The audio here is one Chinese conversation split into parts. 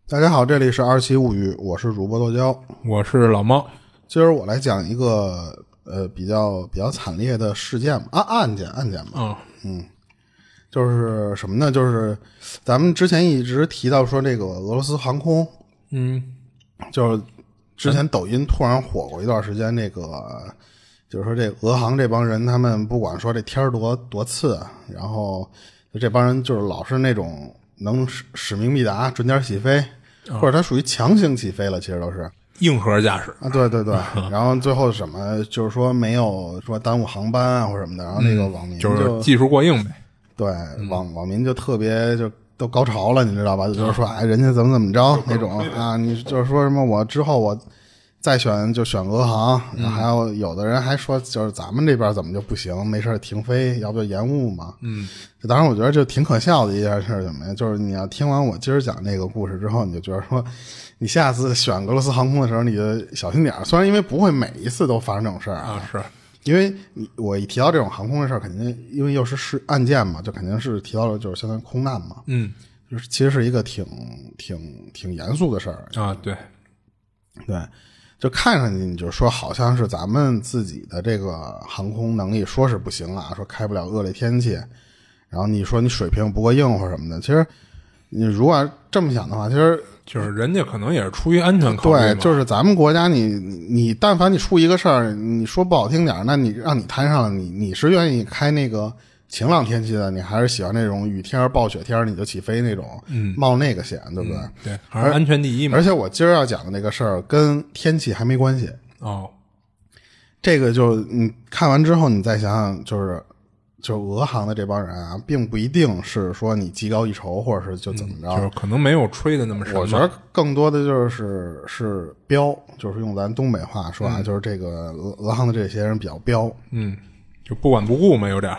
大家好，这里是二期物语，我是主播剁椒， 我是老猫。 今儿我来讲一个比较惨烈的事件吧，案件吧。就是什么呢？就是咱们之前一直提到说这个俄罗斯航空，就是之前抖音突然火过一段时间，那个就是说这俄航这帮人，他们不管说这天多次，然后这帮人就是老是那种能使命必达，准点起飞。或者它属于强行起飞了，其实都是硬核驾驶啊，对，然后最后什么就是说没有说耽误航班啊或者什么的，然后那个网民就是技术过硬呗。 对，网民就特别就都高潮了，你知道吧？就是说哎，人家怎么着那种啊，你就是说什么我之后我再选俄航，然后还有的人还说就是咱们这边怎么就不行，没事停飞，要不就延误嘛。当然我觉得就挺可笑的一件事，什么呀？就是你要听完我今儿讲这个故事之后，你就觉得说你下次选俄罗斯航空的时候你就小心点，虽然因为不会每一次都发生这种事儿啊， 是因为我一提到这种航空的事儿，肯定因为又是案件嘛，就肯定是提到了就是相当于空难嘛。就是其实是一个挺严肃的事儿啊。对， 就看上去你就说好像是咱们自己的这个航空能力说是不行啊，说开不了恶劣天气，然后你说你水平不过硬或什么的，其实你如果这么想的话，其实就是人家可能也是出于安全考虑嘛。 对，就是咱们国家你但凡你出一个事儿，你说不好听点，那你让你摊上了，你是愿意开那个晴朗天气的，你还是喜欢那种雨天暴雪天你就起飞那种，冒那个险，对不对？ 对，还是安全第一嘛。 而且我今儿要讲的那个事儿跟天气还没关系哦。 这个就你看完之后，你再想想，就是俄航的这帮人啊，并不一定是说你技高一筹，或者是就怎么着， 就是可能没有吹的那么深。 我觉得更多的是彪，就是用咱东北话说啊，就是这个俄航的这些人比较彪， 就不管不顾嘛，有点。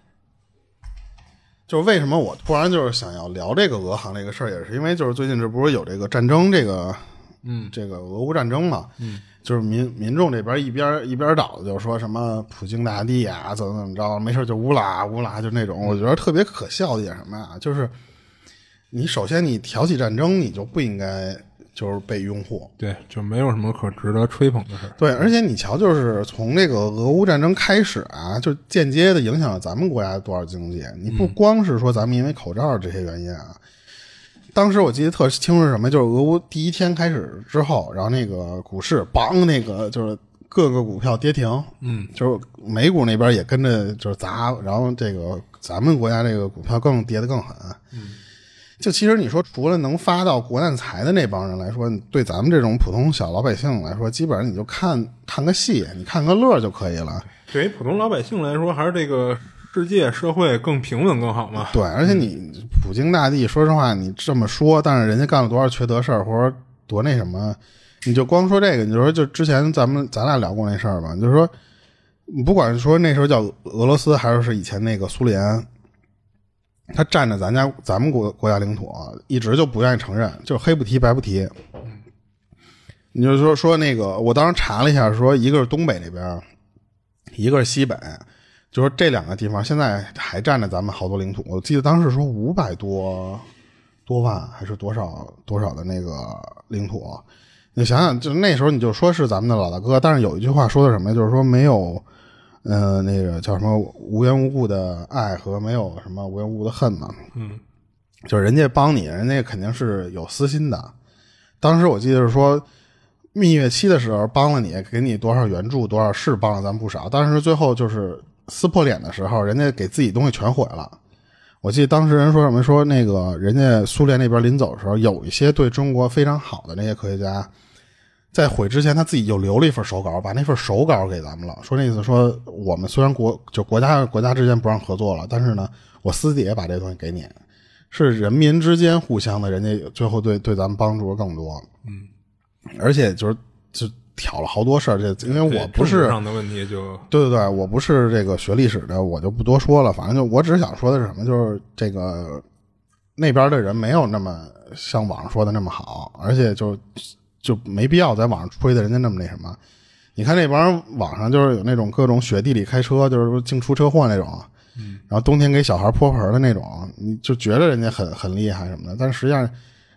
就是为什么我突然就是想要聊这个俄航这个事儿，也是因为就是最近这不是有这个战争，这个俄乌战争嘛，就是民众这边一边倒的就说什么普京大帝啊，怎么着，没事就乌拉就那种，我觉得特别可笑的一点什么呀，就是你首先你挑起战争，你就不应该就是被拥护， 对，就没有什么可值得吹捧的事。 对，而且你瞧，就是从这个俄乌战争开始啊，就间接的影响了咱们国家多少经济。你不光是说咱们因为口罩这些原因啊，当时我记得特清楚是什么，就是俄乌第一天开始之后，然后那个股市梆，那个就是各个股票跌停，就是美股那边也跟着就是砸，然后这个咱们国家这个股票更跌得更狠。就其实你说除了能发到国难财的那帮人来说，对咱们这种普通小老百姓来说，基本上你就看个戏，你看个乐就可以了。 对于普通老百姓来说，还是这个世界社会更平稳更好嘛。 对，而且你普京大帝，说实话你这么说，但是人家干了多少缺德事儿，或者多那什么，你就光说这个，你就说就之前咱俩聊过那事儿吧，就是说你不管说那时候叫俄罗斯还是以前那个苏联，他占着咱们国家领土，一直就不愿意承认，就是黑不提白不提。你就说那个，我当时查了一下，说一个是东北那边，一个是西北，就说这两个地方现在还占着咱们好多领土。我记得当时说500多万还是多少的那个领土。你想想，就那时候你就说是咱们的老大哥，但是有一句话说的什么，就是说没有。那个叫什么无缘无故的爱和没有什么无缘无故的恨嘛，就是人家帮你，人家肯定是有私心的。当时我记得是说蜜月期的时候帮了你，给你多少援助多少，是帮了咱不少，但是最后就是撕破脸的时候，人家给自己东西全毁了。我记得当时人说什么，说那个人家苏联那边临走的时候，有一些对中国非常好的那些科学家，在毁之前他自己就留了一份手稿，把那份手稿给咱们了，说那意思说我们虽然国家之间不让合作了，但是呢我私底下把这东西给你，是人民之间互相的，人家最后对咱们帮助更多。而且就挑了好多事儿，这因为我不是上的问题就对，我不是这个学历史的，我就不多说了，反正就我只是想说的是什么，就是这个那边的人没有那么像网上说的那么好，而且就没必要在网上吹的人家那么那什么。你看那帮网上就是有那种各种雪地里开车，就是净出车祸那种，然后冬天给小孩泼盆的那种，你就觉得人家很厉害什么的，但实际上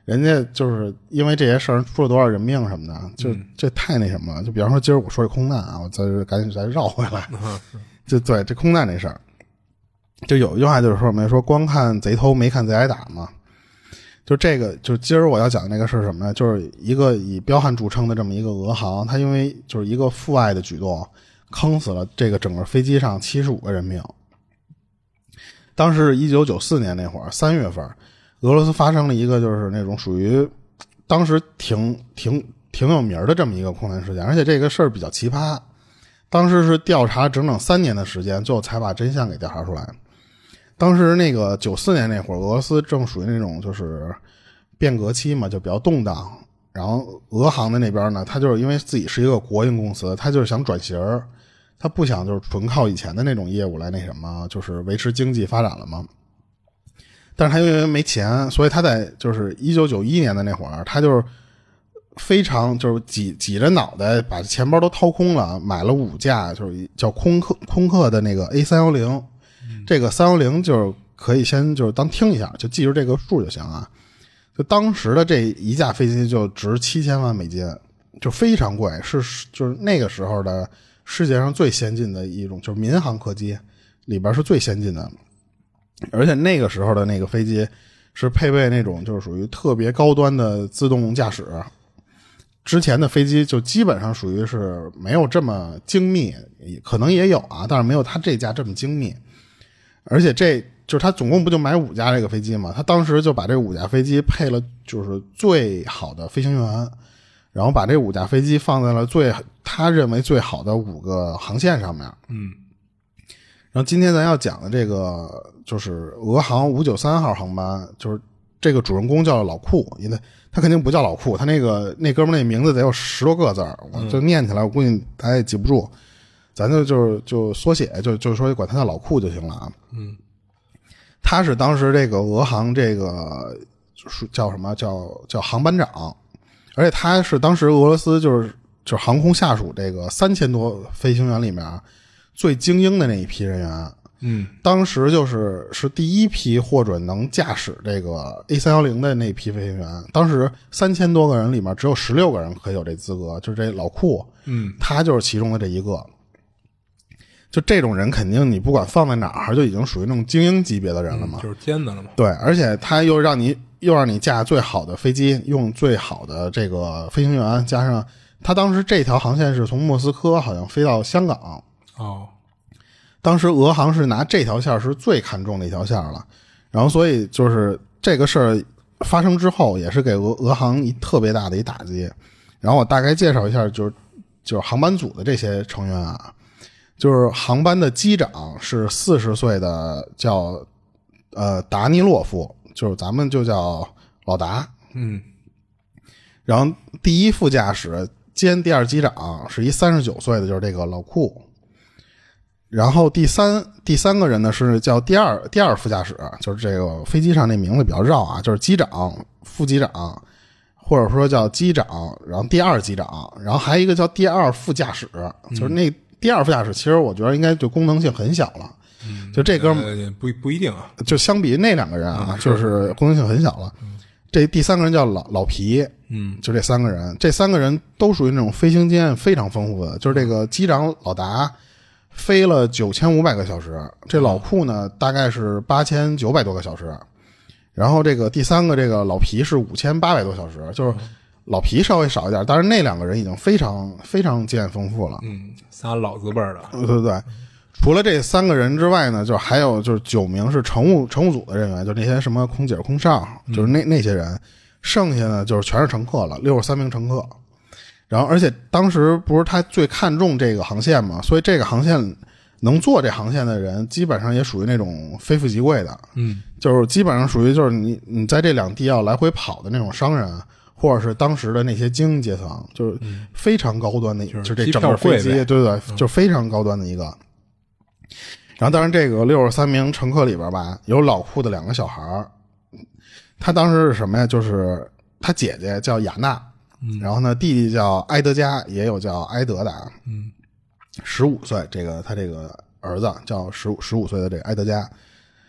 人家就是因为这些事儿出了多少人命什么的，就这太那什么了。就比方说今儿我说这空难啊，我赶紧再绕回来，就对这空难这事儿，就有一句话就是说什么，说光看贼偷没看贼挨打嘛。就这个，就今儿我要讲的那个是什么呢？就是一个以彪悍著称的这么一个俄航，它因为就是一个父爱的举动，坑死了这个整个飞机上75个人命。当时1994年那会儿3月份，俄罗斯发生了一个就是那种属于当时挺有名的这么一个空难事件，而且这个事儿比较奇葩。当时是调查整整3年的时间，最后才把真相给调查出来。当时那个94年那会儿，俄罗斯正属于那种就是变革期嘛，就比较动荡。然后俄航的那边呢，他就是因为自己是一个国营公司，他就是想转型，他不想就是纯靠以前的那种业务来那什么，就是维持经济发展了嘛。但是他因为没钱，所以他在就是1991年的那会儿，他就是非常就是挤着脑袋把钱包都掏空了，买了5架就是叫空客的那个 A310，这个310就是可以先就是当听一下，就记住这个数就行啊。就当时的这一架飞机就值7000万美金，就非常贵，就是那个时候的世界上最先进的一种，就是民航客机里边是最先进的。而且那个时候的那个飞机是配备那种就是属于特别高端的自动驾驶，之前的飞机就基本上属于是没有这么精密，可能也有啊，但是没有他这架这么精密。而且这就是他总共不就买5架这个飞机嘛，他当时就把这5架飞机配了就是最好的飞行员，然后把这5架飞机放在了他认为最好的5个航线上面。然后今天咱要讲的这个就是俄航593号航班，就是这个主人公叫老库，因为他肯定不叫老库，他那哥们儿那名字得有10多个字，我就念起来我估计大家也记不住，咱就缩写，就说管他叫老库就行了啊。他是当时这个俄航这个叫什么叫航班长，而且他是当时俄罗斯就是航空下属这个3000多飞行员里面最精英的那一批人员。当时是第一批获准能驾驶这个 A310 的那批飞行员，当时3000多个人里面只有16个人可以有这资格，就是这老库，他就是其中的这一个。就这种人肯定你不管放在哪儿就已经属于那种精英级别的人了嘛， 就是尖的了嘛。 对，而且他又让你驾最好的飞机，用最好的这个飞行员，加上他当时这条航线是从莫斯科好像飞到香港。当时俄航是拿这条线是最看重的一条线了，然后所以就是这个事儿发生之后也是给俄航特别大的一打击。然后我大概介绍一下就是航班组的这些成员啊，就是航班的机长是40岁的叫达尼洛夫，就是咱们就叫老达。然后第一副驾驶兼第二机长是一39岁的，就是这个老库。然后第三个人呢是叫第二副驾驶，就是这个飞机上那名字比较绕啊，就是机长、副机长，或者说叫机长，然后第二机长，然后还有一个叫第二副驾驶，就是那第二副驾驶其实我觉得应该就功能性很小了。就这哥们不一定啊， 就相比那2个人啊，就是功能性很小了。这第3个人叫老皮，就这3个人，这3个人都属于那种飞行经验非常丰富的，就是这个机长老达飞了9500个小时，这老库呢大概是8900多个小时，然后这个第3个这个老皮是5800多小时，就是老皮稍微少一点，但是那2个人已经非常非常经验丰富了。 仨老字辈的。 对，除了这3个人之外呢，就还有就是9名是乘务组的人员，就那些什么空姐空少，就是那些人，剩下呢就是全是乘客了，63名乘客。然后而且当时不是他最看重这个航线嘛，所以这个航线能做这航线的人基本上也属于那种非富即贵的，就是基本上属于就是你在这2地要来回跑的那种商人，或者是当时的那些精英阶层，就是非常高端的，就是这整个飞机，对，就非常高端的一个。然后当然这个63名乘客里边吧，有老库的2个小孩，他当时是什么呀？就是他姐姐叫雅娜，然后呢弟弟叫埃德加，也有叫埃德的，15岁，他这个儿子叫15岁的这个埃德加。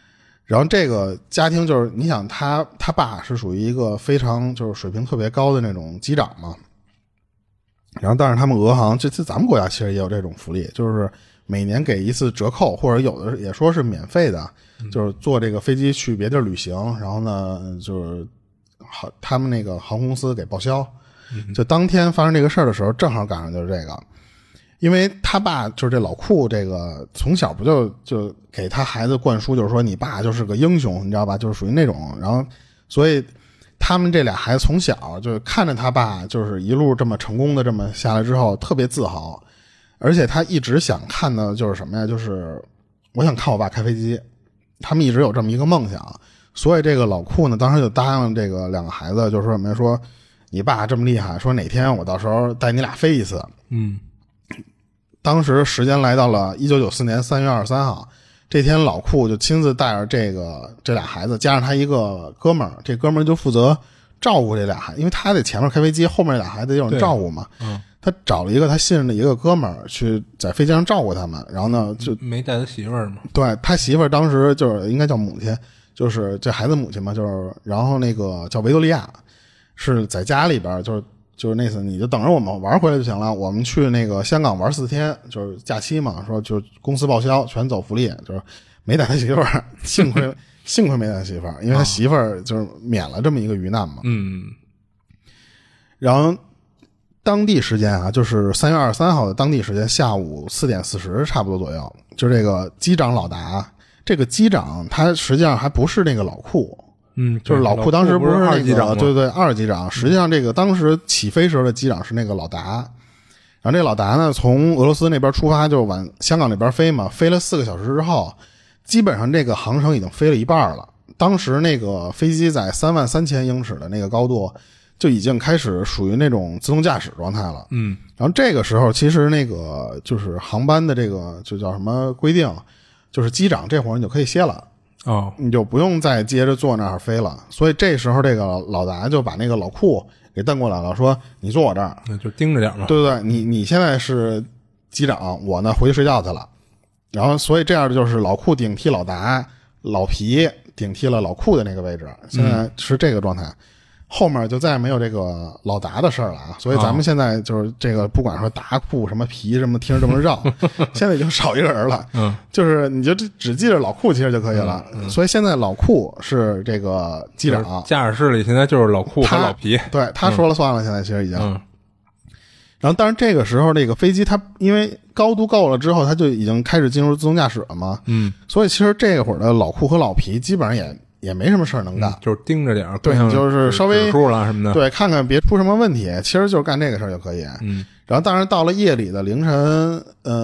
然后这个家庭就是你想他爸是属于一个非常就是水平特别高的那种机长嘛，然后但是他们俄航这次咱们国家其实也有这种福利，就是每年给一次折扣，或者有的也说是免费的，就是坐这个飞机去别地儿旅行，然后呢就是他们那个航空公司给报销。就当天发生这个事儿的时候正好赶上就是这个，因为他爸就是这老库，这个从小不就给他孩子灌输就是说你爸就是个英雄，你知道吧，就是属于那种，然后所以他们这俩孩子从小就看着他爸就是一路这么成功的这么下来之后特别自豪，而且他一直想看的就是什么呀，就是我想看我爸开飞机，他们一直有这么一个梦想。所以这个老库呢当时就答应这个两个孩子，就说什么呀，说你爸这么厉害，说哪天我到时候带你俩飞一次。当时时间来到了1994年3月23号，这天老库就亲自带着这俩孩子，加上他一个哥们儿，这哥们儿就负责照顾这俩孩子，因为他在前面开飞机，后面这俩孩子有人照顾嘛。他找了一个他信任的一个哥们儿去在飞机上照顾他们，然后呢就没带他媳妇儿嘛。 对，他媳妇儿当时就是应该叫母亲，就是这孩子母亲嘛，就是然后那个叫维多利亚，是在家里边就是那次你就等着我们玩回来就行了，我们去那个香港玩4天，就是假期嘛，说就公司报销全走福利，就是没带他媳妇儿，幸亏没带他媳妇儿，因为他媳妇儿就是免了这么一个余难嘛。然后当地时间啊，就是3月23号的当地时间下午4点40差不多左右，就这个机长老达，这个机长他实际上还不是那个老库。就是老库当时不是那个对二机长，实际上这个当时起飞时候的机长是那个老达。然后这个老达呢从俄罗斯那边出发就往香港那边飞嘛，飞了4个小时之后，基本上这个航程已经飞了一半了。当时那个飞机在33000英尺的那个高度就已经开始属于那种自动驾驶状态了。然后这个时候其实那个就是航班的这个就叫什么规定，就是机长这会儿你就可以歇了。你就不用再接着坐那儿飞了。所以这时候这个老达就把那个老库给瞪过来了，说你坐我这儿， 那就盯着点嘛。 对，你现在是机长，我呢回去睡觉去了。然后所以这样的就是老库顶替老达，老皮顶替了老库的那个位置，现在是这个状态。后面就再也没有这个老达的事儿了啊！所以咱们现在就是这个，不管说达库什么皮什么，听着这么绕，现在已经少一个人了。就是你就只记着老库其实就可以了。所以现在老库是这个机长， 驾驶室里现在就是老库和老皮， 对他说了算了。现在其实已经。然后，当然这个时候这个飞机它因为高度够了之后，它就已经开始进入自动驾驶了嘛。所以其实这会儿的老库和老皮基本上也没什么事儿能干， 就是盯着点儿， 对，就是稍微指数了什么的， 对，看看别出什么问题，其实就是干这个事儿就可以。然后当然到了夜里的凌晨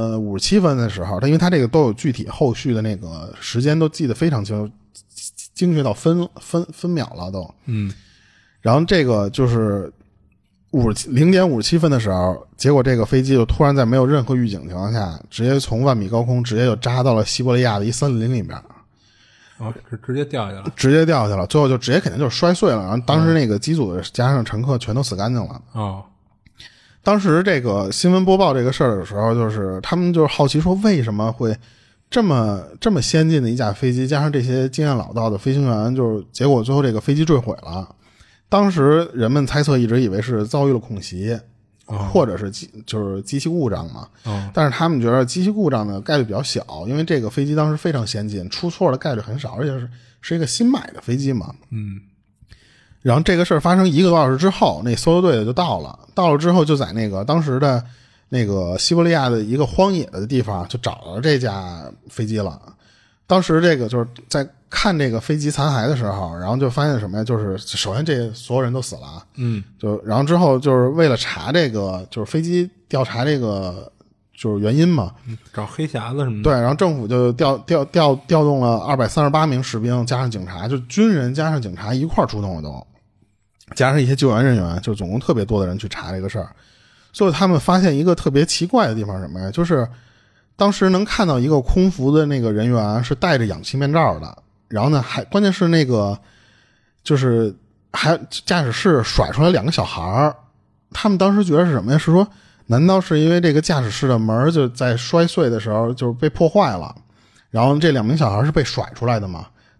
57分的时候，因为他这个都有具体后续的那个时间都记得非常清楚，精确到分秒了都。然后这个就是0点57分的时候，结果这个飞机就突然在没有任何预警情况下，直接从100米高空直接就扎到了西伯利亚的一森林里面。 直接掉下去了， 最后就直接肯定就是摔碎了。然后当时那个机组的加上乘客全都死干净了。当时这个新闻播报这个事儿的时候，就是他们就是好奇说为什么会这么先进的一架飞机，加上这些经验老道的飞行员，就是结果最后这个飞机坠毁了。当时人们猜测一直以为是遭遇了恐袭。或者是就是机器故障嘛。但是他们觉得机器故障的概率比较小，因为这个飞机当时非常先进，出错的概率很少，而且是一个新买的飞机嘛。然后这个事儿发生1个多小时之后，那搜救队的就到了之后就在那个当时的那个西伯利亚的一个荒野的地方就找到这架飞机了。当时这个就是在看这个飞机残骸的时候，然后就发现什么呀，就是首先这所有人都死了。然后之后就是为了查这个就是飞机调查这个就是原因嘛， 找黑匣子什么的。 对，然后政府就调动了238名士兵加上警察，就军人加上警察一块儿出动了都，加上一些救援人员，就总共特别多的人去查这个事儿。所以他们发现一个特别奇怪的地方是什么呀，就是当时能看到一个空服的那个人员是戴着氧气面罩的，然后呢还关键是那个就是还驾驶室甩出来2个小孩儿。他们当时觉得是什么呀，是说难道是因为这个驾驶室的门就在摔碎的时候就是被破坏了，然后这2名小孩是被甩出来的吗？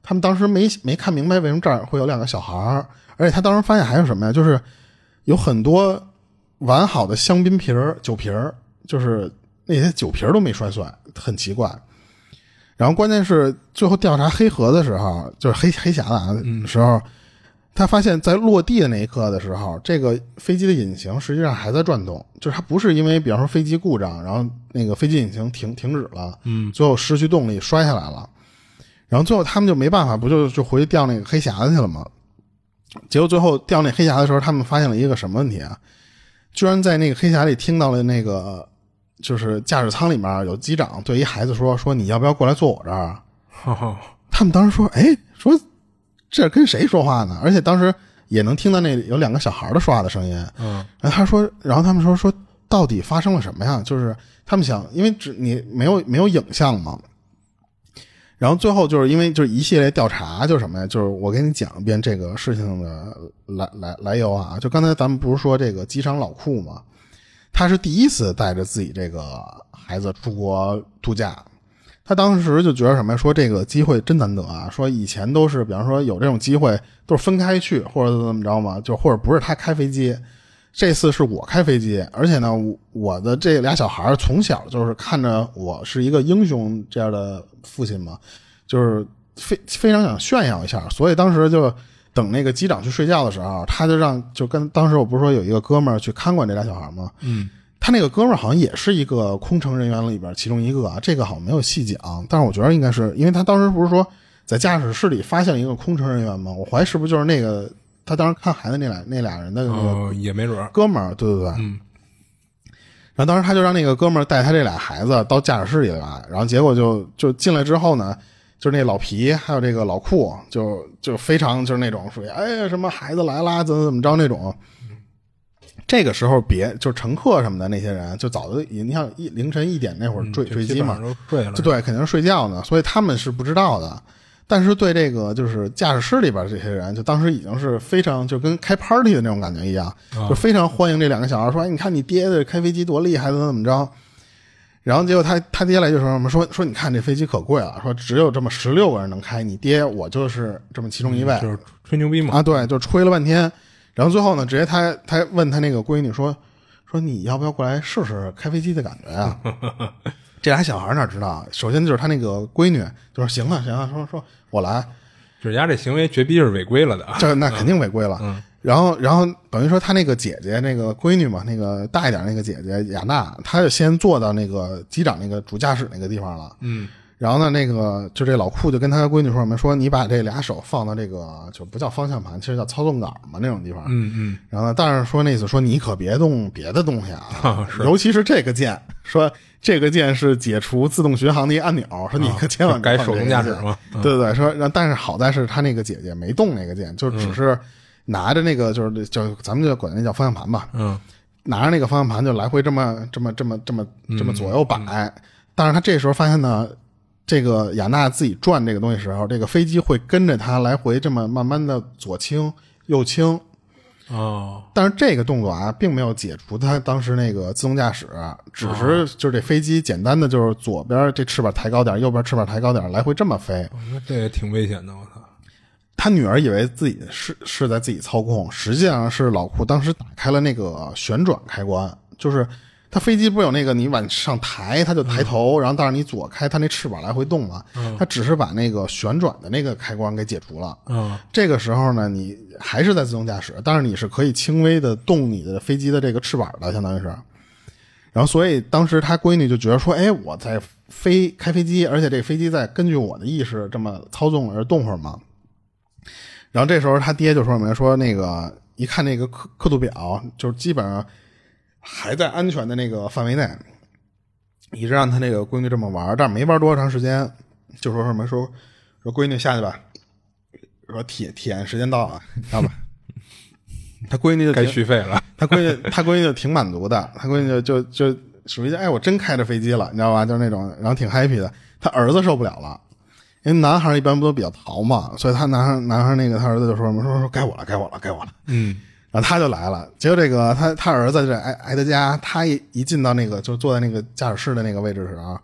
他们当时没看明白为什么这儿会有2个小孩，而且他当时发现还有什么呀，就是有很多完好的香槟瓶酒瓶，就是那些酒瓶都没摔碎，很奇怪。然后关键是最后调查黑盒的时候，就是黑匣子的时候，他发现在落地的那一刻的时候，这个飞机的引擎实际上还在转动，就是它不是因为比方说飞机故障，然后那个飞机引擎停止了，最后失去动力摔下来了。然后最后他们就没办法，不就回去调那个黑匣子去了吗？结果最后调那黑匣子的时候，他们发现了一个什么问题啊？居然在那个黑匣里听到了那个，就是驾驶舱里面有机长对一孩子说你要不要过来坐我这儿？他们当时说，说这跟谁说话呢？而且当时也能听到那有2个小孩的说话的声音。然后他们说到底发生了什么呀？就是他们想，因为你没有影像嘛。然后最后就是因为就是一系列调查，就是什么呀？就是我给你讲一遍这个事情的来由啊。就刚才咱们不是说这个机长老库嘛，他是第一次带着自己这个孩子出国度假。他当时就觉得什么呀？说这个机会真难得啊！说以前都是，比方说有这种机会都是分开去，或者怎么着嘛，就或者不是他开飞机，这次是我开飞机，而且呢，我的这俩小孩从小就是看着我是一个英雄这样的父亲嘛，就是非常想炫耀一下，所以当时就等那个机长去睡觉的时候，他就跟当时我不是说有一个哥们儿去看管这俩小孩吗？他那个哥们儿好像也是一个空乘人员里边其中一个啊，这个好像没有细讲，但是我觉得应该是，因为他当时不是说在驾驶室里发现了一个空乘人员吗？我怀疑是不是就是那个他当时看孩子那俩人的那个也没准哥们儿，对。然后当时他就让那个哥们儿带他这俩孩子到驾驶室里来，然后结果就进来之后呢，就是那老皮还有这个老库就非常就是那种属于什么孩子来啦怎么着那种。这个时候就是乘客什么的那些人就早就你像凌晨1点那会儿坠机嘛， 睡了， 对，肯定是睡觉呢，所以他们是不知道的。但是对这个就是驾驶室里边这些人，就当时已经是非常就跟开 party 的那种感觉一样，就非常欢迎这2个小孩，说你看你爹的开飞机多厉害，怎么着。然后结果他爹来就说什么说你看这飞机可贵了，说只有这么16个人能开，你爹我就是这么其中一位， 就是吹牛逼嘛。 啊，对，就吹了半天。然后最后呢，直接他问他那个闺女说你要不要过来试试开飞机的感觉啊？这俩小孩哪知道？首先就是他那个闺女就说行了，说我来。 就是家这行为绝逼是违规了的， 那肯定违规了。然后等于说他那个姐姐那个闺女嘛，那个大一点那个姐姐雅娜，她就先坐到那个机长那个主驾驶那个地方了。然后呢，那个就这老库就跟他闺女说什么，说你把这俩手放到这个就不叫方向盘，其实叫操纵杆嘛那种地方。然后呢，但是说那意思说你可别动别的东西啊，尤其是这个键，说这个键是解除自动巡航的一按钮，说你可千万别改手动驾驶嘛。 对，说但是好在是他那个姐姐没动那个键，就只是拿着那个就咱们就管那叫方向盘吧。拿着那个方向盘就来回这么左右摆。但是他这时候发现呢，这个雅娜自己转这个东西时候，这个飞机会跟着它来回这么慢慢的左倾右倾。但是这个动作啊，并没有解除它当时那个自动驾驶，只是就是这飞机简单的就是左边这翅膀抬高点，右边翅膀抬高点，来回这么飞。 这也挺危险的，我操！ 他女儿以为自己是在自己操控，实际上是老库当时打开了那个旋转开关，就是他飞机不是有那个你往上抬它就抬头，然后但是你左开它那翅膀来回动嘛，他只是把那个旋转的那个开关给解除了。这个时候呢，你还是在自动驾驶，但是你是可以轻微的动你的飞机的这个翅膀的，相当于是。然后所以当时他闺女就觉得说，我在开飞机，而且这个飞机在根据我的意识这么操纵而动会儿嘛。然后这时候他爹就说什么，说那个一看那个刻度表，就是基本上还在安全的那个范围内，一直让他那个闺女这么玩，但是没玩多长时间，就说什么说闺女下去吧，说体验时间到了，知道吧？他闺女就该续费了， 他闺女就挺满足的，他闺女就属于我真开着飞机了，你知道吧？就是那种，然后挺 happy 的。他儿子受不了了。因为男孩一般不都比较淘嘛，所以他男孩那个他儿子就说什么说该我了。然后他就来了，结果这个他儿子这埃德加，他一进到那个就坐在那个驾驶室的那个位置时啊，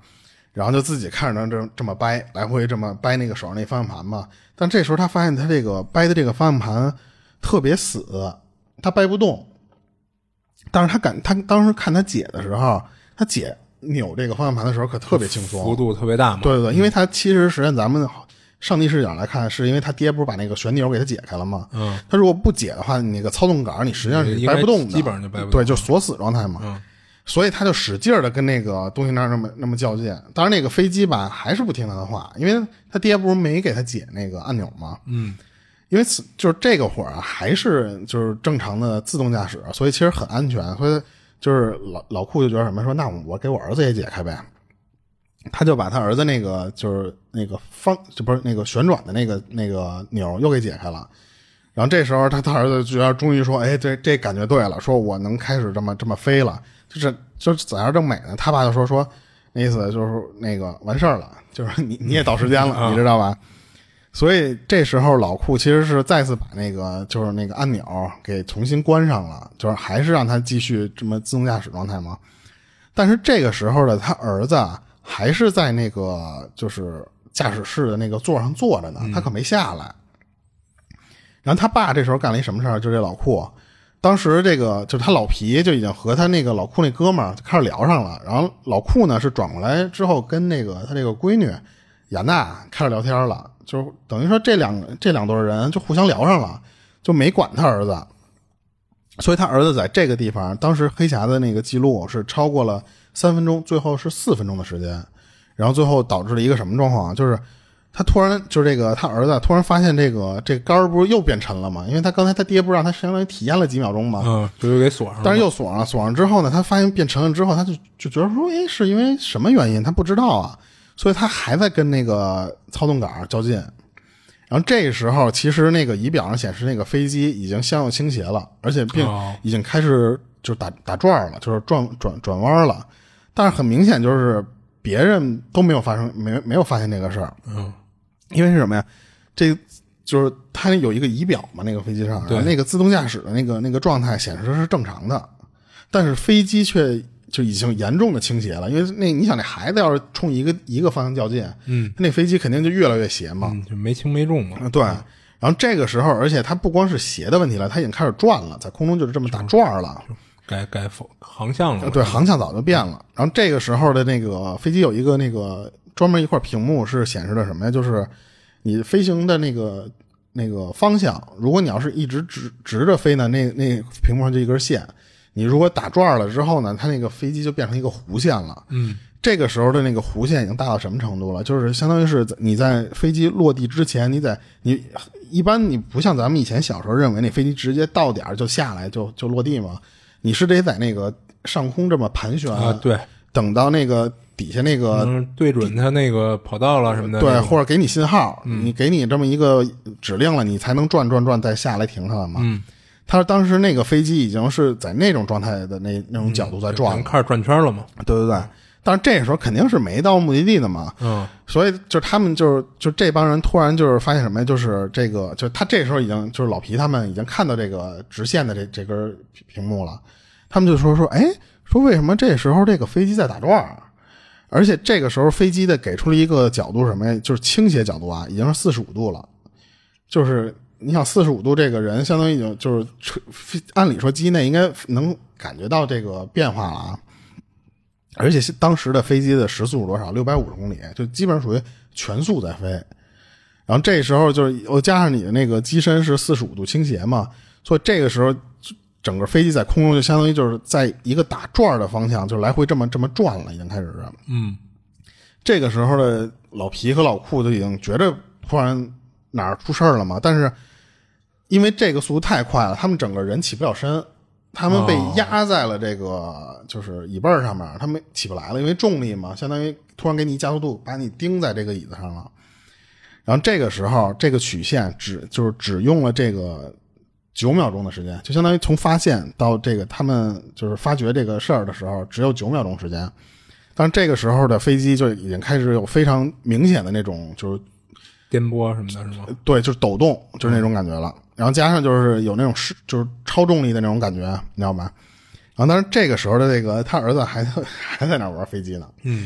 然后就自己看着这么掰，来回这么掰那个手上那方向盘嘛。但这时候他发现他这个掰的这个方向盘特别死，他掰不动。但是他当时看他姐的时候，他姐扭这个方向盘的时候可特别轻松， 幅度特别大嘛。 对对对，因为他其实实际上咱们上帝视角来看，是因为他爹不是把那个旋钮给他解开了吗？他如果不解的话，你那个操纵杆你实际上是掰不动的， 基本上就掰不动， 对，就锁死状态嘛。所以他就使劲的跟那个东西那么较劲。当然那个飞机吧还是不听他的话，因为他爹不是没给他解那个按钮吗？因为就是这个会儿啊，还是就是正常的自动驾驶，所以其实很安全。所以就是老库就觉得什么，说那我给我儿子也解开呗。他就把他儿子那个就是那个就不是那个旋转的那个钮又给解开了。然后这时候他儿子就要终于说，哎，这感觉对了，说我能开始这么飞了，就是在那正美呢。他爸就说那意思就是那个完事儿了，就是你也到时间了，你知道吧？所以这时候老库其实是再次把那个就是那个按钮给重新关上了，就是还是让他继续这么自动驾驶状态嘛。但是这个时候的他儿子还是在那个就是驾驶室的那个座上坐着呢，他可没下来。然后他爸这时候干了一什么事儿？就这老库，当时这个就是他老皮就已经和他那个老库那哥们儿就开始聊上了。然后老库呢是转过来之后跟那个他这个闺女雅娜开始聊天了，就等于说这两对人就互相聊上了，就没管他儿子。所以他儿子在这个地方，当时黑匣的那个记录是超过了3分钟，最后是4分钟的时间。然后最后导致了一个什么状况？就是他突然就是这个他儿子突然发现这个杆不是又变沉了吗？因为他刚才他爹不是让他相当于体验了几秒钟吗？ 就又给锁上了。 但是又锁上了，锁上之后呢，他发现变沉了之后，他就觉得说，哎，是因为什么原因？他不知道啊，所以他还在跟那个操纵杆较劲。然后这时候其实那个仪表上显示那个飞机已经向右倾斜了，而且并已经开始就打转了，就是转弯了。但是很明显就是别人都没有没有发现这个事儿。因为是什么呀？这就是它有一个仪表嘛，那个飞机上，那个自动驾驶的那个状态显示是正常的，但是飞机却就已经严重的倾斜了。因为你想，那孩子要是冲一个方向较劲，那飞机肯定就越来越斜嘛， 就没轻没重嘛。 对。然后这个时候，而且它不光是斜的问题了，它已经开始转了，在空中就是这么打转了， 改航向了。 对，航向早就变了。然后这个时候的那个飞机有一个那个专门一块屏幕是显示的什么呀？就是你飞行的那个方向，如果你要是一直直着飞呢，那屏幕上就一根线。你如果打转了之后呢，它那个飞机就变成一个弧线了。这个时候的那个弧线已经大到什么程度了？就是相当于是你在飞机落地之前，你一般你不像咱们以前小时候认为那飞机直接到点就下来就落地嘛，你是得在那个上空这么盘旋啊，对， 等到那个底下那个对准它那个跑道了什么的， 对，或者给你信号，你给你这么一个指令了，你才能转再下来停它嘛。他当时那个飞机已经是在那种状态的那种角度在转了， 开始转圈了嘛。 对对对，但是这个时候肯定是没到目的地的嘛。所以就是他们就这帮人突然就是发现什么呀？就是这个，就他这时候已经就是老皮他们已经看到这个直线的这根屏幕了，他们就说，哎，说为什么这时候这个飞机在打转啊？而且这个时候飞机的给出了一个角度什么呀？就是倾斜角度啊，已经是45度了。就是你想45度，这个人相当于已经就是按理说机内应该能感觉到这个变化了啊。而且当时的飞机的时速是多少？650公里，就基本上属于全速在飞。然后这时候就是又加上你的那个机身是45度倾斜嘛，所以这个时候整个飞机在空中就相当于就是在一个打转的方向，就来回这么转了，已经开始是。这个时候的老皮和老库就已经觉得突然哪儿出事儿了嘛，但是因为这个速度太快了，他们整个人起不了身，他们被压在了这个就是椅背上面，他们起不来了，因为重力嘛，相当于突然给你加速度把你钉在这个椅子上了。然后这个时候这个曲线只用了这个9秒钟的时间，就相当于从发现到这个他们就是发觉这个事儿的时候只有9秒钟时间。但是这个时候的飞机就已经开始有非常明显的那种就是颠簸什么的，是吗？对， 就是抖动，就是那种感觉了。然后加上就是有那种就是超重力的那种感觉，你知道吗？然后当然这个时候的这个他儿子还在那玩飞机呢。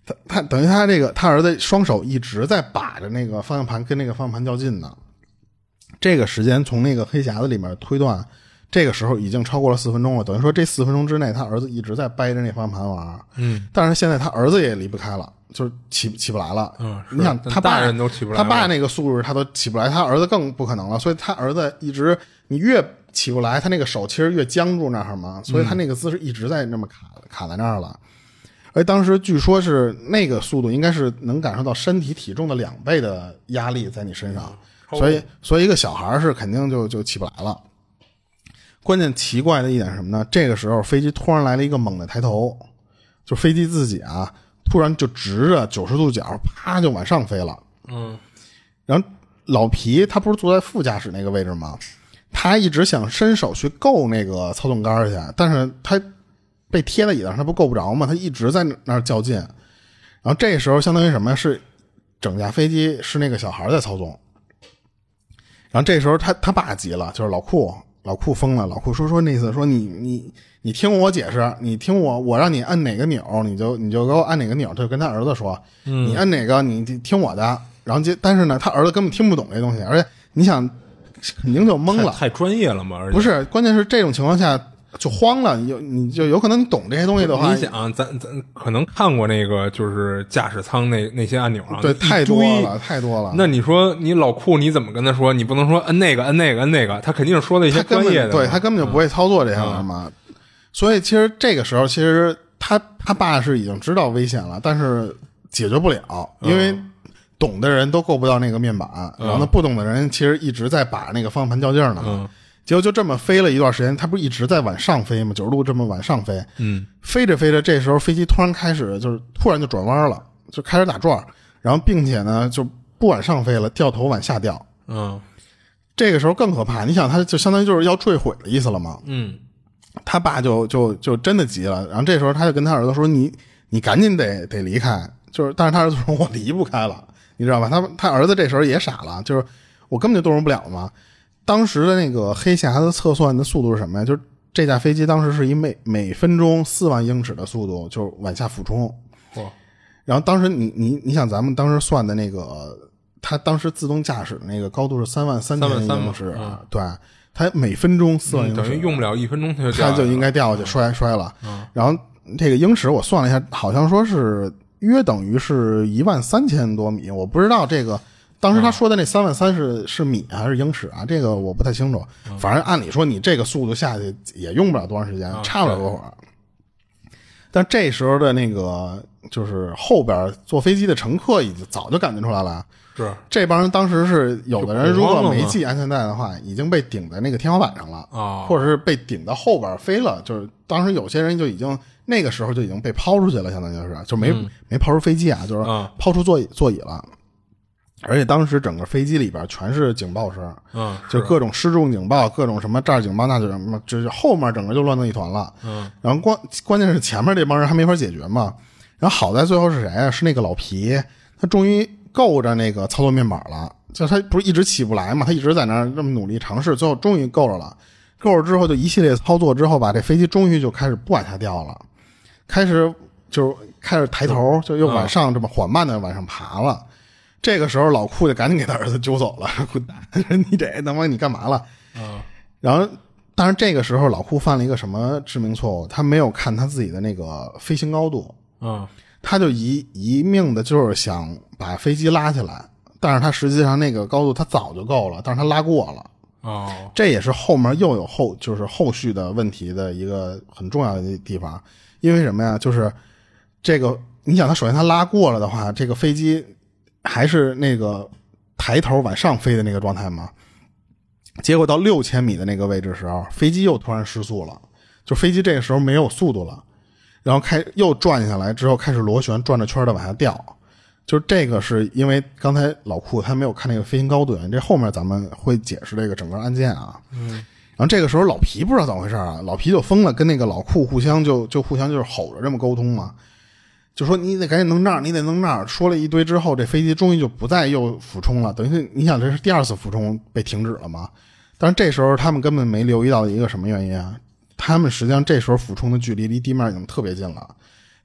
他等于他儿子双手一直在把着那个方向盘，跟那个方向盘较劲呢。这个时间从那个黑匣子里面推断，这个时候已经超过了4分钟了，等于说这4分钟之内他儿子一直在掰着那方向盘玩。但是现在他儿子也离不开了，就是起不来了。你想他爸大人都起不来了， 他爸那个速度他都起不来，他儿子更不可能了，所以他儿子一直你越起不来，他那个手其实越僵住那儿嘛，所以他那个姿势一直在那么卡在那儿了。而当时据说是那个速度应该是能感受到身体体重的2倍的压力在你身上，所以一个小孩是肯定就起不来了。关键奇怪的一点是什么呢？这个时候飞机突然来了一个猛的抬头，就飞机自己啊突然就直着90度角啪就往上飞了。然后老皮他不是坐在副驾驶那个位置吗？他一直想伸手去够那个操纵杆去，但是他被贴在椅子上，他不够不着吗？他一直在那儿较劲。然后这时候相当于什么？是整架飞机是那个小孩在操纵。然后这时候他爸急了，就是老库疯了。老库说那意思说你听我解释，你听我让你按哪个钮，你就给我按哪个钮，他就跟他儿子说，你按哪个你听我的。然后但是呢，他儿子根本听不懂这东西，而且你想肯定就懵了， 太专业了嘛。而且不是，关键是这种情况下就慌了，你就有可能你懂这些东西的话， 你想咱可能看过那个就是驾驶舱那些按钮上， 对，太多了。 那你说你老库你怎么跟他说？你不能说摁那个，他肯定是说的一些专业的， 对，他根本就不会操作这些玩意儿嘛。所以其实这个时候，其实他爸是已经知道危险了，但是解决不了，因为懂的人都够不到那个面板，然后呢不懂的人其实一直在把那个方向盘较劲呢。结果就这么飞了一段时间，他不是一直在往上飞吗？90度这么往上飞，飞着飞着，这时候飞机突然就转弯了，就开始打转，然后并且呢就不往上飞了，掉头往下掉。这个时候更可怕，你想他就相当于就是要坠毁的意思了嘛。他爸就真的急了，然后这时候他就跟他儿子说：“你赶紧得离开。”但是他儿子说：“我离不开了。”你知道吧？他儿子这时候也傻了，就是我根本就动不了嘛。当时的那个黑匣子测算的速度是什么呀？就是这架飞机当时是以每分钟4万英尺的速度就往下俯冲。然后当时你想咱们当时算的那个，他当时自动驾驶的那个高度是33000英尺，对，他每分钟4万英尺， 等于用不了1分钟他就应该掉下去摔了。然后这个英尺我算了一下，好像说是约等于是13000多米，我不知道这个。当时他说的那33000是米还是英尺啊？这个我不太清楚。反正按理说你这个速度下去也用不了多长时间，差不了多会儿。但这时候的那个就是后边坐飞机的乘客已经早就感觉出来了， 是这帮人当时是有的人如果没系安全带的话，已经被顶在那个天花板上了，或者是被顶到后边飞了。就是当时有些人就已经那个时候就已经被抛出去了，相当于是就没抛出飞机啊，就是抛出座椅了。而且当时整个飞机里边全是警报声，就各种失重警报，各种什么这儿警报那就什么，就是后面整个就乱成一团了。然后关键是前面这帮人还没法解决嘛。然后好在最后是谁啊？是那个老皮，他终于够着那个操作面板了。就他不是一直起不来嘛，他一直在那儿这么努力尝试，最后终于够着了。够着之后就一系列操作之后吧，这飞机终于就开始不往下掉了，开始抬头，就又往上这么缓慢的往上爬了。这个时候老库就赶紧给他儿子揪走了，滚蛋！你这他妈你干嘛了？然后当然这个时候老库犯了一个什么致命错误？他没有看他自己的那个飞行高度，他就一命的就是想把飞机拉起来，但是他实际上那个高度他早就够了，但是他拉过了。这也是后面又有后续的问题的一个很重要的地方。因为什么呀？就是这个你想他首先他拉过了的话，这个飞机还是那个抬头往上飞的那个状态嘛，结果到6000米的那个位置的时候，飞机又突然失速了，就飞机这个时候没有速度了，然后又转下来之后开始螺旋转着圈的往下掉。就是这个是因为刚才老库他没有看那个飞行高度，这后面咱们会解释这个整个案件啊。然后这个时候老皮不知道怎么回事啊，老皮就疯了，跟那个老库互相就是吼着这么沟通嘛。就说你得赶紧弄这儿，你得弄那儿，说了一堆之后，这飞机终于就不再又俯冲了，等于是你想这是第2次俯冲被停止了吗？但是这时候他们根本没留意到一个什么原因啊？他们实际上这时候俯冲的距离离地面已经特别近了，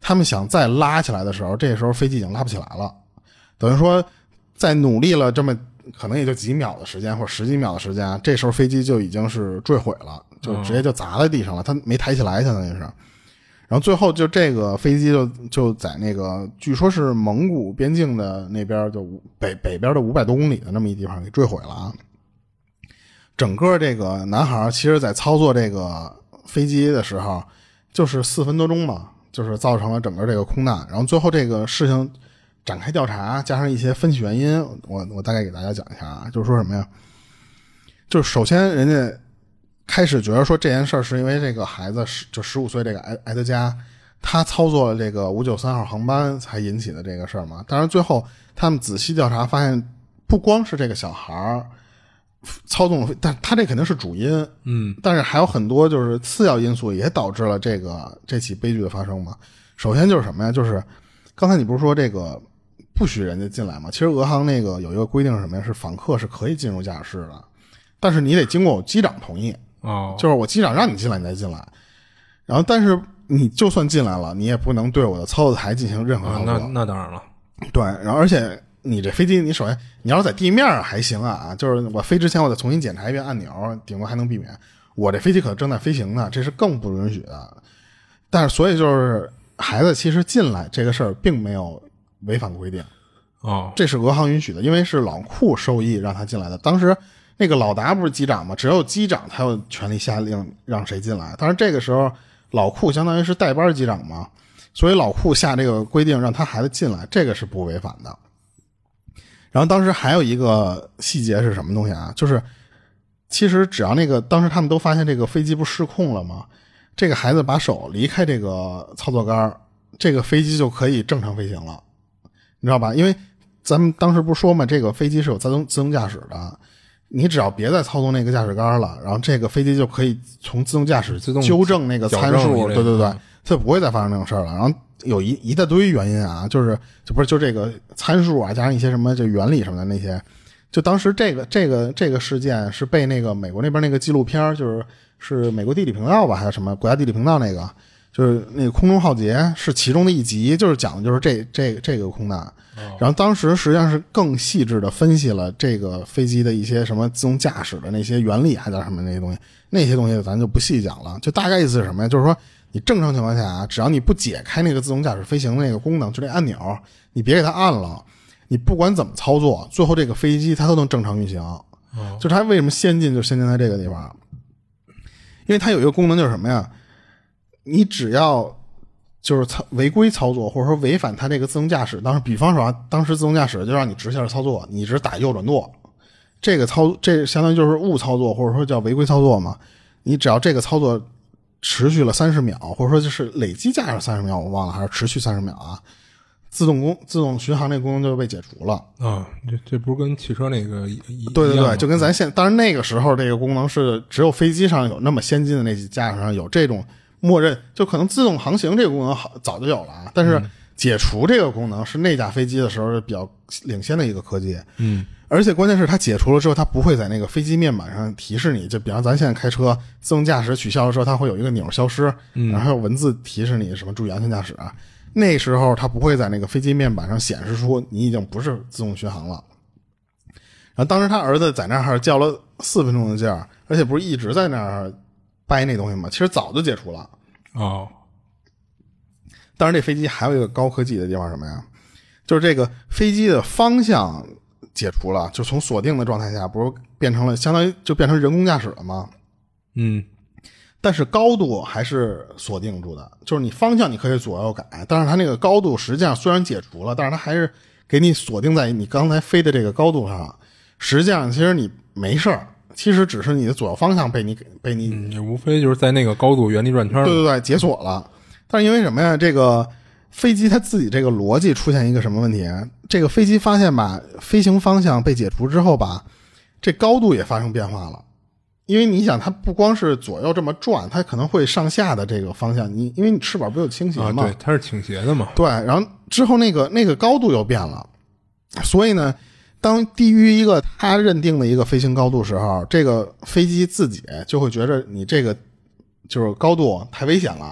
他们想再拉起来的时候，这时候飞机已经拉不起来了，等于说在努力了这么可能也就几秒的时间或者十几秒的时间，这时候飞机就已经是坠毁了，就直接就砸在地上了，它没抬起来相当于是。然后最后就这个飞机就在那个据说是蒙古边境的那边，就北边的500多公里的那么一地方给坠毁了啊。整个这个男孩其实在操作这个飞机的时候就是4分多钟嘛，就是造成了整个这个空难。然后最后这个事情展开调查，加上一些分析原因，我大概给大家讲一下啊，就是说什么呀？就是首先人家开始觉得说这件事是因为这个孩子就15岁这个埃德加他操作了这个593号航班才引起的这个事儿嘛。当然最后他们仔细调查发现，不光是这个小孩操纵，但他这肯定是主因，但是还有很多就是次要因素也导致了这起悲剧的发生嘛。首先就是什么呀？就是刚才你不是说这个不许人家进来吗？其实俄航那个有一个规定是什么呀？是访客是可以进入驾驶室的，但是你得经过我机长同意，就是我机长让你进来你再进来。然后但是你就算进来了，你也不能对我的操作台进行任何操作。 那当然了。 对，然后而且你这飞机，你首先你要是在地面上还行啊，就是我飞之前我得重新检查一遍按钮，顶多还能避免。我这飞机可正在飞行呢，这是更不允许的。但是所以就是孩子其实进来这个事儿并没有违反规定，这是俄航允许的，因为是老库授意让他进来的。当时那个老达不是机长吗？只有机长才有权利下令让谁进来。当然这个时候老库相当于是代班机长嘛，所以老库下这个规定让他孩子进来，这个是不违反的。然后当时还有一个细节是什么东西啊？就是其实只要当时他们都发现这个飞机不失控了吗？这个孩子把手离开这个操作杆，这个飞机就可以正常飞行了，你知道吧？因为咱们当时不是说嘛，这个飞机是有自动驾驶的，你只要别再操纵那个驾驶杆了，然后这个飞机就可以从自动驾驶纠正那个参数，对对对，它不会再发生这种事了。然后有一大堆原因啊，就这个参数啊，加上一些什么就原理什么的那些，就当时这个事件是被那个美国那边那个纪录片，是美国地理频道吧，还是什么国家地理频道那个，就是那个空中浩劫是其中的一集，就是讲的就是这个空难。然后当时实际上是更细致的分析了这个飞机的一些什么自动驾驶的那些原理，还叫什么那些东西咱就不细讲了。就大概意思是什么呀？就是说你正常情况下啊，只要你不解开那个自动驾驶飞行的那个功能，就这按钮你别给它按了，你不管怎么操作，最后这个飞机它都能正常运行。就它为什么先进，就先进在这个地方，因为它有一个功能就是什么呀？你只要就是违规操作，或者说违反它这个自动驾驶，比方说当时自动驾驶就让你直线操作，你只打右转舵，这相当于就是误操作，或者说叫违规操作嘛。你只要这个操作持续了30秒，或者说就是累计驾驶30秒，我忘了还是持续30秒啊，自动巡航这个功能就被解除了啊。这不是跟汽车那个对对对，就跟咱当然那个时候这个功能是只有飞机上有那么先进的那几架上有这种默认，就可能自动航行这个功能早就有了啊，但是解除这个功能是那架飞机的时候比较领先的一个科技。而且关键是它解除了之后，它不会在那个飞机面板上提示你，就比方咱现在开车自动驾驶取消的时候，它会有一个钮消失，然后还有文字提示你什么注意安全驾驶啊。那时候它不会在那个飞机面板上显示出你已经不是自动巡航了。然后当时他儿子在那儿较了4分钟的劲儿，而且不是一直在那儿掰那东西吗？其实早就解除了。当然这飞机还有一个高科技的地方什么呀？就是这个飞机的方向解除了，就从锁定的状态下不是变成了相当于就变成人工驾驶了吗？但是高度还是锁定住的，就是你方向你可以左右改，但是它那个高度实际上虽然解除了，但是它还是给你锁定在你刚才飞的这个高度上。实际上其实你没事儿，其实只是你的左右方向被你无非就是在那个高度原地转圈。 对对对，解锁了。但是因为什么呀？这个飞机它自己这个逻辑出现一个什么问题？这个飞机发现吧，飞行方向被解除之后吧，这高度也发生变化了。因为你想，它不光是左右这么转，它可能会上下的这个方向，因为你翅膀不有倾斜吗？ 对，它是倾斜的嘛。 对，然后之后那个高度又变了，所以呢，当低于一个他认定的一个飞行高度时候，这个飞机自己就会觉得你这个就是高度太危险了，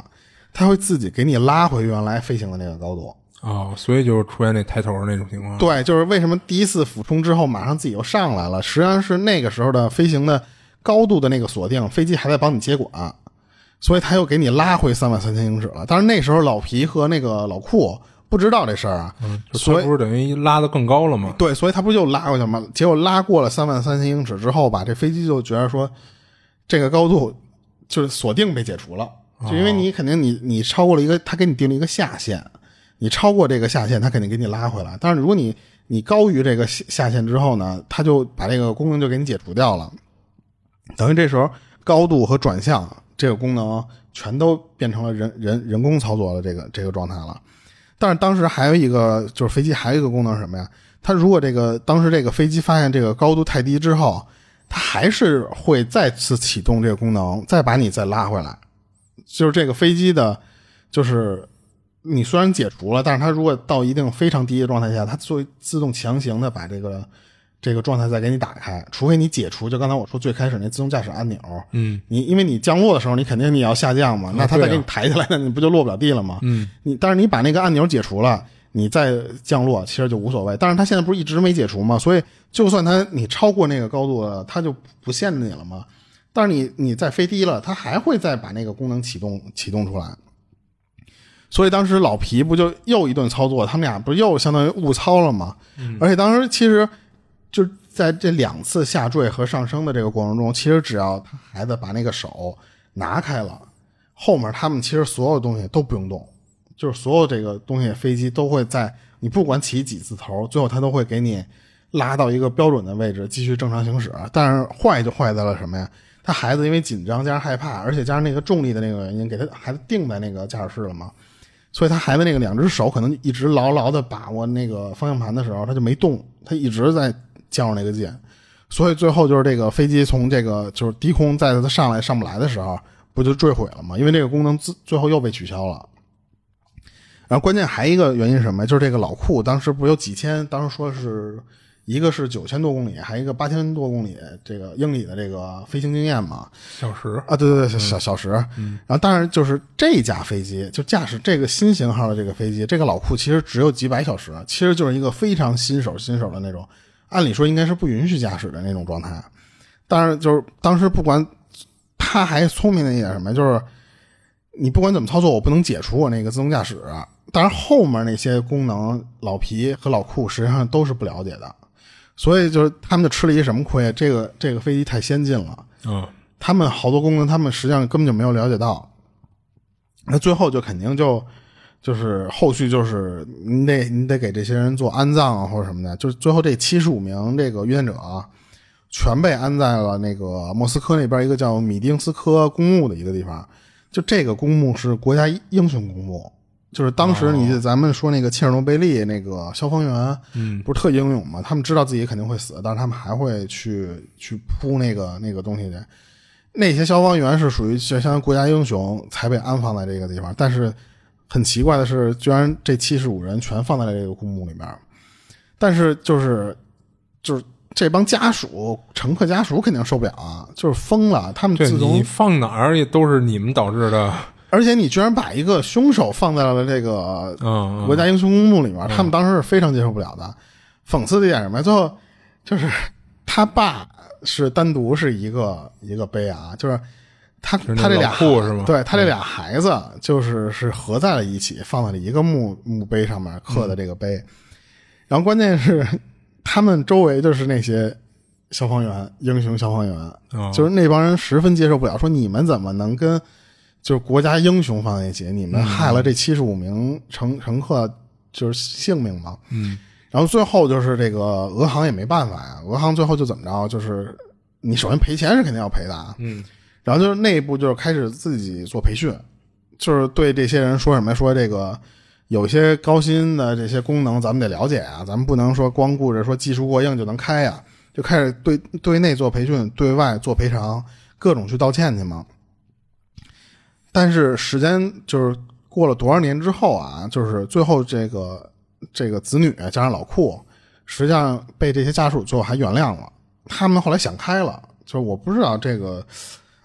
它会自己给你拉回原来飞行的那个高度。 所以就出现那抬头的那种情况。 对，就是为什么第一次俯冲之后马上自己又上来了，实际上是那个时候的飞行的高度的那个锁定，飞机还在帮你接管，所以他又给你拉回33000英尺了。但是那时候老皮和那个老库不知道这事儿啊， 所以不是等于拉得更高了吗？ 对，所以他不就拉过去了吗？结果拉过了33000英尺之后吧，这飞机就觉得说这个高度就是锁定被解除了，就因为你肯定你超过了一个，他给你定了一个下限，你超过这个下限他肯定给你拉回来，但是如果你高于这个下限之后呢，他就把这个功能就给你解除掉了，等于这时候高度和转向这个功能全都变成了人工操作的这个状态了。但是当时还有一个就是飞机还有一个功能是什么呀？它如果当时这个飞机发现这个高度太低之后，它还是会再次启动这个功能，再把你再拉回来。就是这个飞机的，就是你虽然解除了，但是它如果到一定非常低的状态下，它会自动强行的把这个状态再给你打开，除非你解除就刚才我说最开始那自动驾驶按钮，因为你降落的时候你肯定你要下降嘛，那它再给你抬起来，那你不就落不了地了吗？但是你把那个按钮解除了，你再降落其实就无所谓。但是它现在不是一直没解除吗？所以就算你超过那个高度了，它就不限制你了吗？但是你再飞低了，它还会再把那个功能启动出来。所以当时老皮不就又一顿操作，他们俩不又相当于误操了吗？而且当时其实就在这2次下坠和上升的这个过程中，其实只要他孩子把那个手拿开了，后面他们其实所有东西都不用动，就是所有这个东西飞机都会在你不管起几次头，最后他都会给你拉到一个标准的位置继续正常行驶。但是坏就坏在了什么呀？他孩子因为紧张加上害怕，而且加上那个重力的那个原因，给他孩子定在那个驾驶室了嘛，所以他孩子那个2只手可能一直牢牢的把握那个方向盘的时候他就没动，他一直在降那个键，所以最后就是这个飞机从这个就是低空再它上不来的时候不就坠毁了吗？因为这个功能最后又被取消了。然后关键还一个原因是什么？就是这个老库当时不有几千，当时说是一个是9000多公里，还有一个8000多公里这个英里的这个飞行经验嘛， 小时啊，对，小时。然后当然就是这架飞机就驾驶这个新型号的这个飞机，这个老库其实只有几百小时，其实就是一个非常新手的那种，按理说应该是不允许驾驶的那种状态。当然就是当时不管他还聪明的一点什么，就是你不管怎么操作，我不能解除我那个自动驾驶。当然后面那些功能老皮和老库实际上都是不了解的，所以就是他们就吃了一什么亏，这个飞机太先进了，他们好多功能他们实际上根本就没有了解到。那最后就肯定就是后续就是你得给这些人做安葬啊或者什么的，就是最后这75名这个遇难者全被安在了那个莫斯科那边一个叫米丁斯科公墓的一个地方。就这个公墓是国家英雄公墓，就是当时咱们说那个切尔诺贝利那个消防员不是特英勇吗？他们知道自己肯定会死，但是他们还会去扑那个东西去。那些消防员是属于就像国家英雄才被安放在这个地方，但是很奇怪的是居然这75人全放在了这个公墓里面。但是就是这帮乘客家属肯定受不了啊，就是疯了。他们自从你放哪儿也都是你们导致的， 而且你居然把一个凶手放在了这个国家英雄公墓里面，他们当时是非常接受不了的。讽刺的一点什么？最后就是他爸是单独是一个碑啊，就是他这俩是吗？ 对，他这俩孩子是合在了一起，放在了一个墓碑上面刻的这个碑。然后关键是他们周围就是那些消防员，英雄消防员，就是那帮人十分接受不了，说你们怎么能跟就是国家英雄放在一起？你们害了这75名乘客就是性命嘛。然后最后就是这个俄航也没办法呀，俄航最后就怎么着，就是你首先赔钱是肯定要赔的啊。然后就是内部就是开始自己做培训，就是对这些人说什么，说这个有些高新的这些功能咱们得了解啊，咱们不能说光顾着说技术过硬就能开呀，就开始对内做培训，对外做赔偿，各种去道歉去嘛。但是时间就是过了多少年之后啊，就是最后这个子女加上老库实际上被这些家属最后还原谅了，他们后来想开了，就是我不知道这个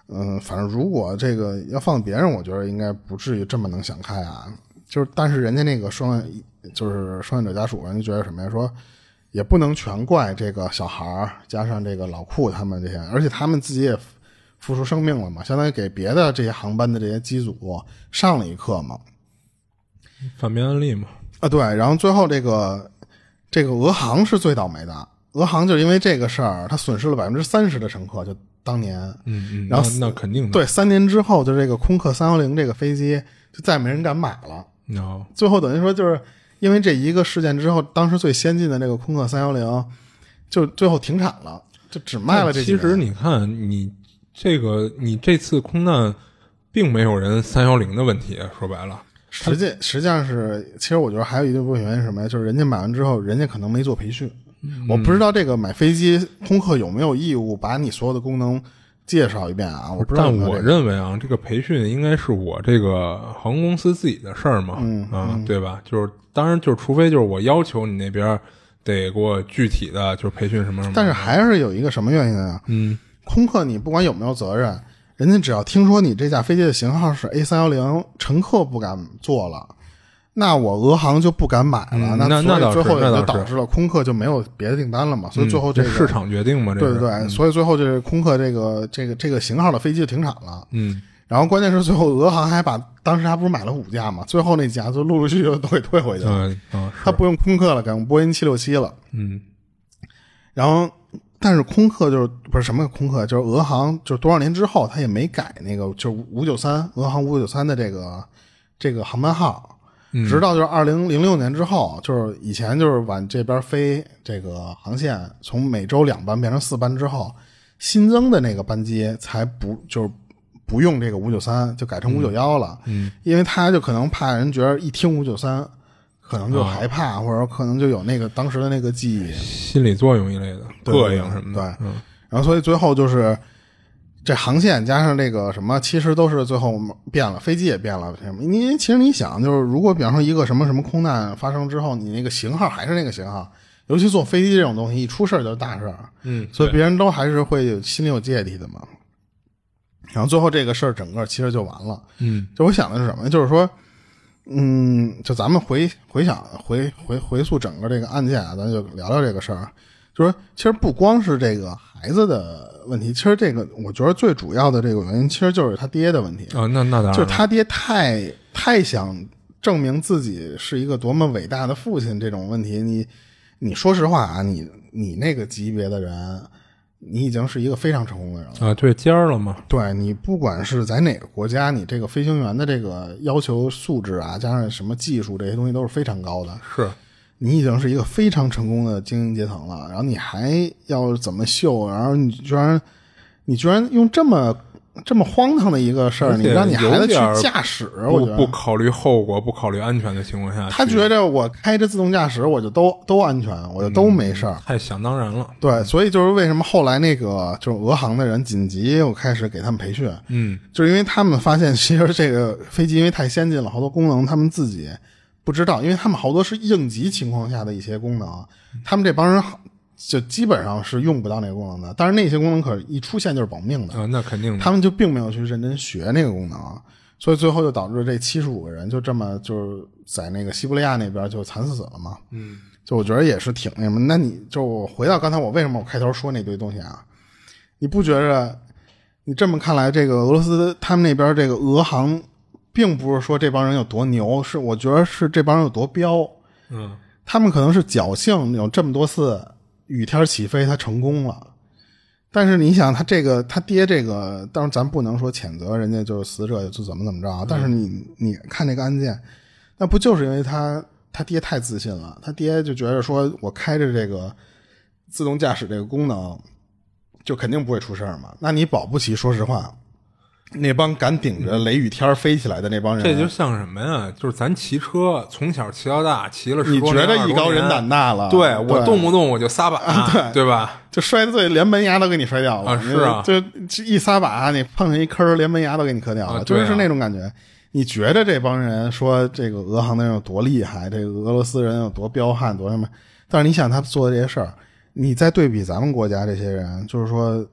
反正如果这个要放别人，我觉得应该不至于这么能想开啊。就是但是人家那个双愿者家属人就觉得什么呀，说也不能全怪这个小孩加上这个老库他们这些，而且他们自己也付出生命了嘛，相当于给别的这些航班的这些机组上了一课嘛， 反面案例嘛。 对，然后最后这个俄航是最倒霉的，俄航就是因为这个事儿，它损失了30%的乘客，就当年，然后那肯定的， 对，3年之后，就这个空客310这个飞机就再没人敢买了。最后等于说就是因为这一个事件之后，当时最先进的这个空客310就最后停产了，就只卖了这几年。 其实你看，你这次空难并没有人310的问题，说白了。 实际上是，其实我觉得还有一部分原因是什么呀？就是人家买完之后，人家可能没做培训。我不知道这个买飞机空客有没有义务把你所有的功能介绍一遍啊？我不知道。 但我认为啊，这个培训应该是我这个航空公司自己的事儿嘛，对吧？就是当然就是除非就是我要求你那边得给我具体的就是培训什么什么。 但是还是有一个什么原因啊？空客你不管有没有责任，人家只要听说你这架飞机的型号是 A310，乘客不敢坐了，那我俄航就不敢买了。那所以最后也就导致了空客就没有别的订单了嘛。所以最后这个市场决定嘛， 对对对，所以最后这个空客这个型号的飞机就停产了。然后关键是最后俄航还把当时还不是买了5架嘛，最后那架就陆陆续续都给退回去了。他不用空客了，改用波音767了。然后但是空客就是不是什么空客，就是俄航，就是多少年之后他也没改那个就是593俄航593的这个航班号，直到就是2006年之后，就是以前就是往这边飞这个航线从每周2班变成4班之后，新增的那个班机才不用这个593，就改成591了。因为他就可能怕人觉得一听593可能就害怕，或者可能就有那个当时的那个记忆， 心理作用一类的，膈应什么的。 对，然后所以最后就是这航线加上这个什么，其实都是最后变了，飞机也变了。其实你想，就是如果比方说一个什么空难发生之后，你那个型号还是那个型号，尤其坐飞机这种东西，一出事就是大事。所以别人都还是会心里有芥蒂的嘛。然后最后这个事儿整个其实就完了。就我想的是什么，就是说。就咱们回溯整个这个案件啊，咱就聊聊这个事儿。就是说，其实不光是这个孩子的问题，其实这个我觉得最主要的这个原因，其实就是他爹的问题啊。那当然， 就是他爹太想证明自己是一个多么伟大的父亲，这种问题，你说实话啊，你那个级别的人。你已经是一个非常成功的人了啊，对，尖儿了嘛。 对，你不管是在哪个国家，你这个飞行员的这个要求素质啊，加上什么技术这些东西都是非常高的。 是， 你已经是一个非常成功的精英阶层了，然后你还要怎么秀？然后你居然用这么荒唐的一个事儿，你让你孩子去驾驶，我觉得不考虑后果、不考虑安全的情况下， 他觉得我开着自动驾驶，我就都安全，我就都没事儿， 太想当然了。 对，所以就是为什么后来那个就是俄航的人紧急又开始给他们培训，就是因为他们发现其实这个飞机因为太先进了，好多功能他们自己不知道，因为他们好多是应急情况下的一些功能，他们这帮人就基本上是用不到那个功能的，但是那些功能可一出现就是保命的那肯定的， 他们就并没有去认真学那个功能，所以最后就导致这75个人就这么就是在那个西伯利亚那边就惨死了嘛。就我觉得也是挺那什么。那你就我回到刚才我为什么我开头说那堆东西啊，你不觉着你这么看来，这个俄罗斯他们那边这个俄航并不是说这帮人有多牛，是我觉得是这帮人有多彪。他们可能是侥幸有这么多次雨天起飞他成功了，但是你想他爹这个，当然咱不能说谴责人家就是死者就怎么着，但是你看这个案件，那不就是因为他爹太自信了，他爹就觉得说我开着这个自动驾驶这个功能就肯定不会出事嘛，那你保不齐说实话那帮敢顶着雷雨天飞起来的那帮人， 这就像什么呀？就是咱骑车从小骑到大，骑了10多年， 你觉得艺高人胆大了？ 对，我动不动我就撒把，对吧？ 就摔碎，连门牙都给你摔掉了啊！是啊， 就一撒把，你碰上一坑，连门牙都给你磕掉了，就是那种感觉。你觉得这帮人说这个俄航的人有多厉害，这个俄罗斯人有多彪悍，多什么？但是你想他做的这些事儿，你再对比咱们国家这些人，就是说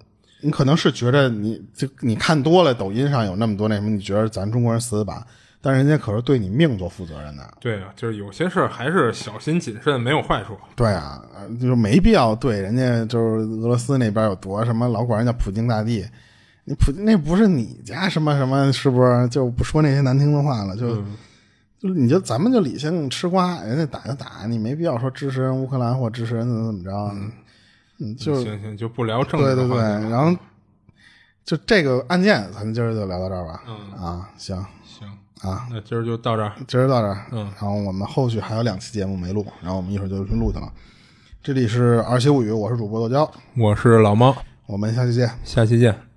你可能是觉得你看多了抖音上有那么多那什么，你觉得咱中国人死板，但人家可是对你命做负责任的。 对啊，就是有些事儿还是小心谨慎没有坏处。 对啊，就是没必要对人家就是俄罗斯那边有多什么老管人家普京大帝，你普京那不是你家什么什么，是不是？就不说那些难听的话了，就是你就咱们就理性吃瓜，人家打就打，你没必要说支持人乌克兰或支持人怎么着。就行，就不聊政治对，然后就这个案件，咱今儿就聊到这儿吧。行啊， 那今儿就到这儿， 然后我们后续还有2期节目没录，然后我们一会儿就去录去了。这里是儿媳物语，我是主播豆椒， 我是老猫， 我们下期见。